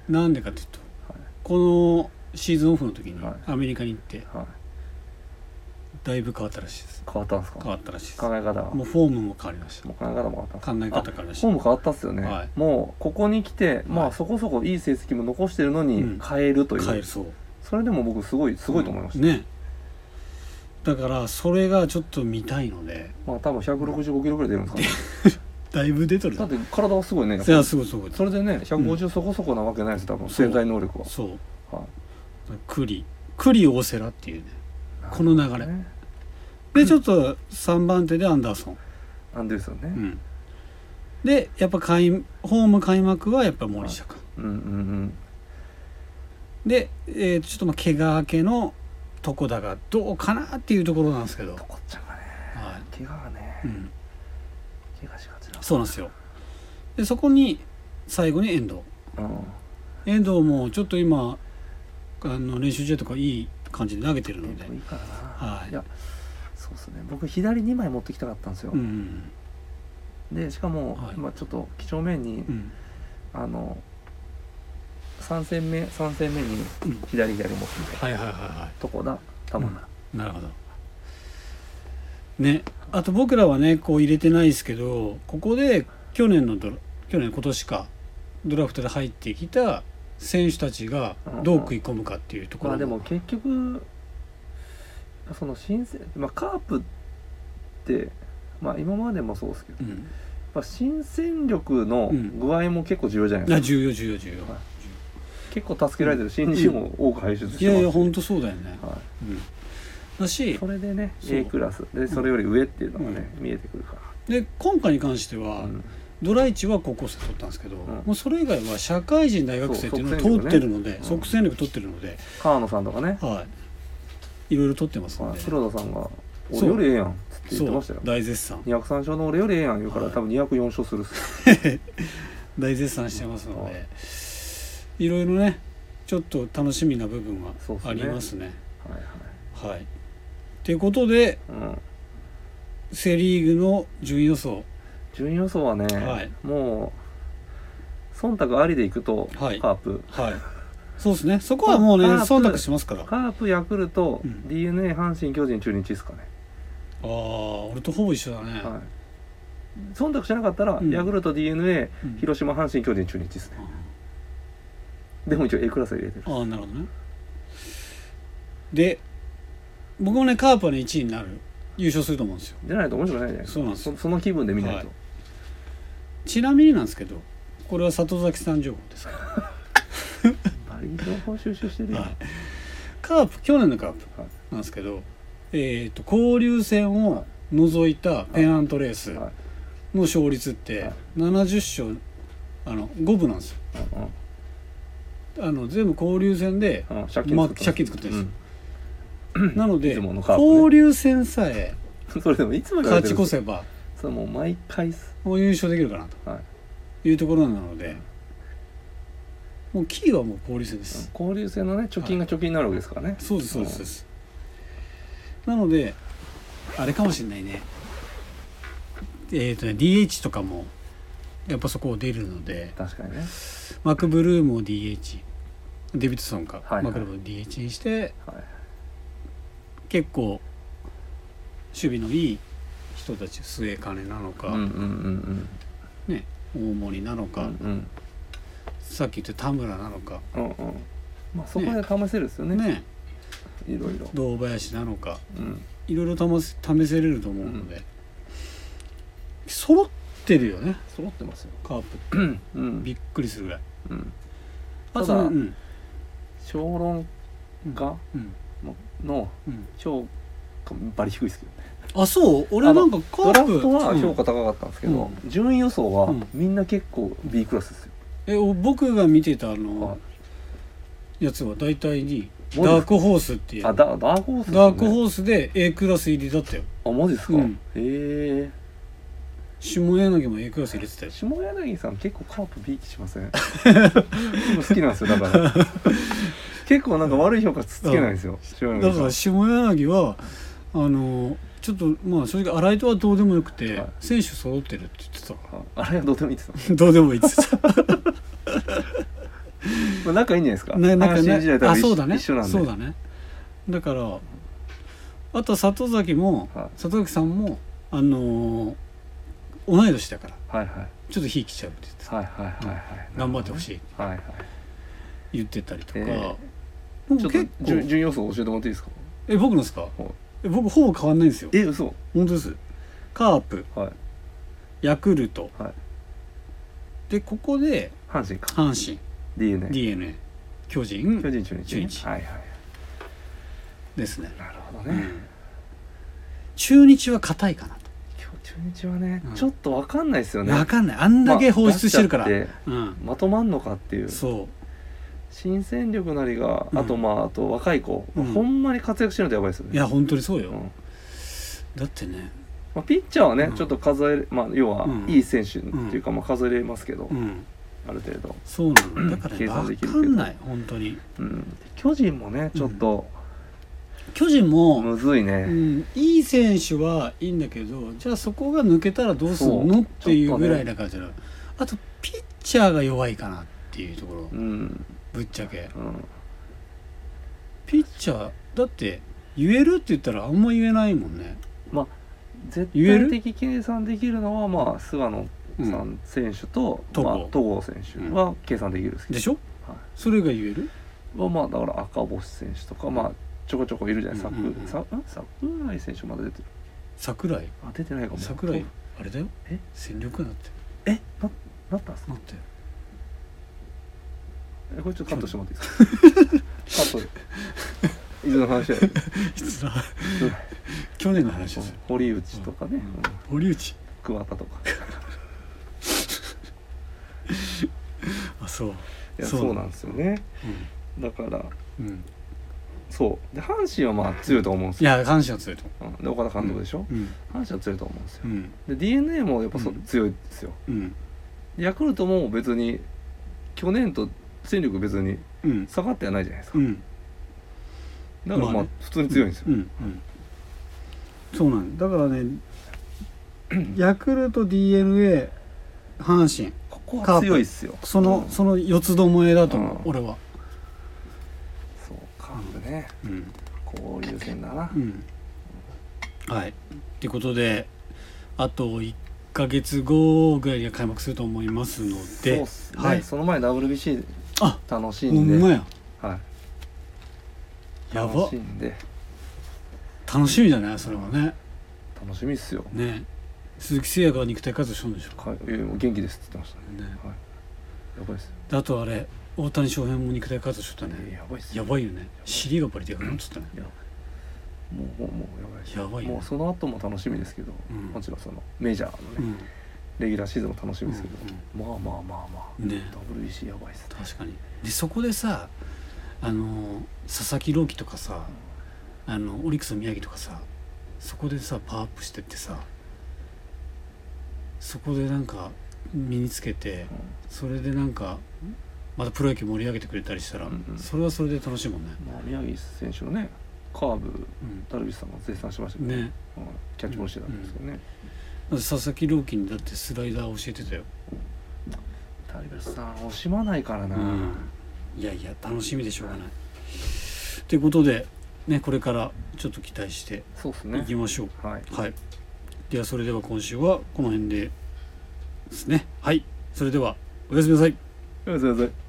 なんでかというと、はい、このシーズンオフの時にアメリカに行って、はい、だいぶ変わったらしいです。 変わったんですか？ 変わったらしいです。 考え方がもうフォームも変わりました。 もう考え方も変わった。 考え方変わりました。 フォーム変わったっすよね、はい、もうここに来て、まあ、はい、そこそこいい成績も残してるのに変えるという、うん、 変える、そうそれでも僕すごいすごいと思いました、 うん、ね。だからそれがちょっと見たいので、 まあ多分ひゃくろくじゅうごキロぐらい出るんですかねだいぶ出とる。 だって体はすごいね。 いやすごいすごい。 それでねひゃくごじゅうそこそこなわけないです、多分潜在能力は。 そう、はい、栗栗大瀬良っていうね、この流れ、ね、でちょっとさんばん手でアンダーソンアンダーソンね、うん、 でやっぱ開ホーム開幕はやっぱ森下か、 うんうんうん、 で、えー、ちょっとまあ怪我明けの床田がどうかなっていうところなんですけど、 床ちゃんがね、はい、怪我がね、うん、怪我しがちな。 そうなんですよ。でそこに最後に遠藤、うん、遠藤もちょっと今あの練習試合とかいい感じで投げてるのでいいからな、はい、いやそうですね、僕左にまい持ってきたかったんですよ、うん、でしかも、はい、今ちょっと几帳面に、うん、あのさん戦目さん戦目に左左持ってきて、はいはいはいはい、床田玉村、 うん、なるほどね。あと僕らはねこう入れてないですけど、ここで去年のドラ去年今年かドラフトで入ってきた選手たちがどう食い込むかっていうところ、 まあでも結局その新戦、まあ、カープってまあ今までもそうですけど、うん、やっぱ新戦力の具合も結構重要じゃないですか、 うん、重要重要重要、はい、 結構助けられてる新人も多く輩出してます、 いやいや本当そうだよね、はい、うん、だしそれでね A クラスでそれより上っていうのがね、うん、見えてくるから。 で今回に関しては、うん、ドライチは高校生取ったんですけど、うん、もうそれ以外は社会人大学生っていうのを取ってるので、即戦力取ってるので、 川野さんとかね、 はい、いろいろ取ってますので、 黒田さんが俺よりええやんって言ってましたよ。 大絶賛。 にひゃくさん勝の俺よりええやん言うから、はい、多分にひゃくよん勝するっす大絶賛してますので、いろいろねちょっと楽しみな部分はありますね。はいはい。ということで、うん、セリーグの順位予想。 順位予想はね、はい、もう忖度ありでいくと、はい、カープ、はい、 そうですね。そこはもうね忖度しますから。 カープ、ヤクルト、うん、ディーエヌエー、阪神、巨人、中日ですかね。 ああ、俺とほぼ一緒だね。 はい、忖度しなかったら、うん、ヤクルト、ディーエヌエー、うん、広島、阪神、巨人、中日ですね。うん、でも一応 A クラス入れてる。 ああ、なるほどね。で、僕もねカープはねいちいになる優勝すると思うんですよ。 じゃないと面白くないじゃないですか。そうなんです。 そ, その気分で見ないと、はい、ちなみになんですけど、これは里崎さん情報ですからバリ情報収集してるよ、はい、 カープ去年のカープなんですけど、はい、えー、と交流戦を除いたペナントレースの勝率ってななじゅっ勝、あのごぶなんですよ、うんうん、あの全部交流戦で、うん、借金作ってるんですよ、うん、なので、ね、交流戦さえそれでもいつも勝ち越せばそれもう毎回もう優勝できるかなというところなので、もうキーはもう交流戦です、 うん、交流戦のね貯金が貯金になるわけですからね、はい、 そうですそうです、そうです、なのであれかもしれないね、えーとね ディーエイチ とかもやっぱそこを出るので、 確かにね、 マクブルームを ディーエイチ、デビッドソンか、はいはい、マクブルームを ディーエイチ にして、はい、結構守備のいい人たち、末金なのか、うんうんうんうんね、大森なのか、うんうん、さっき言った田村なのか、うんうん、 まあ、そこで試せるですよね、ね、いろいろ堂林なのか、うん、いろいろ試せ、試せれると思うので、うん、揃ってるよね。 揃ってますよカープって、うん、びっくりするぐらい、うん、 あとは、うん、小論家の超バリ低いですけどね。 あ、そう？俺なんかカープドラフトは評価高かったんですけど、うん、順位予想はみんな結構 B クラスですよ。 え、僕が見てたあの、はい、やつは大体にダークホースっていう。 あ、ダダークホース、ね、 ダークホースで A クラス入りだったよ。 あ、マジですか、うん、へえ。 下柳も A クラス入れてたよ。 下柳さん結構カープ B 期しません？好きなんですよだから結構なんか悪い評価つけないんですよ。 だから下柳はあのちょっとまあ正直新井とはどうでもよくて、はい、選手揃ってるって言ってた。 新井はどうでもいいって言ってたどうでもいいって言ってたまあ仲いいんじゃないですか。 ね、なんかね、 あ、 そうだね、 一緒なんで。 そうだね。だからあと里崎も、はい、里崎さんもあのー、同い年だから、はいはい、ちょっと火来ちゃうって言ってた。はいはいはいはい、頑張ってほしい、はいはい、言ってたりとか、えー、ちょっと順順予想教えてもらっていいですか。 え、僕のですか。え、僕ほぼ変わんないんですよ。 え、嘘。 本当です。カープ、はい、ヤクルト、はい、でここで阪神か、 阪神、 ディーエヌエー、 ディーエヌエー、 巨人、 巨人、中日、 中日、 はいはいですね。 なるほどね、うん、 中日は硬いかなと。 中日はね、うん、ちょっと分かんないですよね。 分かんない。あんだけ放出してるから、まあ、うん、まとまんのかっていう。そう新戦力なりが、あとまああと若い子、うん、ほんまに活躍してるのとやばいですよね。 いや本当にそうよ、うん、だってね、 まあ、ピッチャーはね、うん、ちょっと数えれ、まあ、要はいい選手っていうか、まあ、数えれますけど、うん、ある程度そうなのだから、ね、計算できるけど分かんない本当に、 うん、巨人もねちょっと、 うん、巨人もむずいね、 うん、いい選手はいいんだけど、じゃあそこが抜けたらどうするのっていうぐらいだからじゃない、ね、あとピッチャーが弱いかなっていうところ、うん、ぶっちゃけ、うん、ピッチャーだって言えるって言ったらあんま言えないもんね。 まあ絶対的計算できるのはまあ菅野さん選手と、うん、まあ、戸郷選手は計算できるんですけど、 でしょ、はい、それが言えるはまあだから赤星選手とか、まあちょこちょこいるじゃないですか、うんうんうん、さ櫻井選手まだ出てる。 櫻井あ出てないかも。 櫻井あれだよ、え戦力になってえななったんですか。 なってえこれちょっとカットしてもらっていいですかカットでいつの話やいつの去年の話ですよ。 堀内とかね、うん、 堀内桑田とかあそういやそうなんですよね、うん、だから、うん、そうで阪神はまあ強いと思うんですよ。 いや阪神は強いと思う、 うん、で岡田監督でしょ、うん、阪神は強いと思うんですよ、うん、で ディーエヌエー もやっぱそ、うん、強いですよ、うん、ヤクルトも別に去年と戦力別に下がってはないじゃないですか、うん、だからまあ、まあね、普通に強いんですよ、うんうんうん、 そうなんだからねヤクルト ディーエヌエー 阪神ここは強いっすよ。 その、うん、その四つどもえだと思う、うん、俺は。 そうカープね、うん、こういう線だな、 うん、はいってことであといっかげつごぐらいには開幕すると思いますので、 そうっすね、はい、その前 ダブリュービーシーあ楽しんで、 ほんまや、 はい、 やば楽しんで楽しみだねそれはね。 楽しみっすよね。鈴木誠也が肉体活動したんでしょ。 はい、いやもう元気ですって言ってましたね。ね、はい、やばいっす。 あとあれ大谷翔平も肉体活動しとったね。 やばいっす。 やばいよね。尻がバリでかくなっつったね。いやもうもうもうやばいっす。 やばいよね。 もうその後も楽しみですけど、うん、もちろんそのメジャーのね、うん、レギュラーシーズンも楽しみですけど、うんうん、まあまあまあまあ、ね、ダブリュービーシー やばいっすね。 確かに。でそこでさあの佐々木朗希とかさ、うん、あのオリックスの宮城とかさそこでさパワーアップしてってさそこでなんか身につけて、うん、それでなんかまたプロ野球盛り上げてくれたりしたら、うんうん、それはそれで楽しいもんね。 まあ、宮城選手のねカーブ、うん、ダルビッシュさんが絶賛しましたけどね、ね、うん、キャッチボールしてたんですけどね、 うんうん、佐々木朗希にだってスライダー教えてたよ。 ダルビッシュさん惜しまないからな、うん、 いやいや楽しみでしょうがないということでねこれからちょっと期待していきましょう。 そうですね、はい、 はい、ではそれでは今週はこの辺でですね。はいそれではおやすみなさい。 おやすみなさい。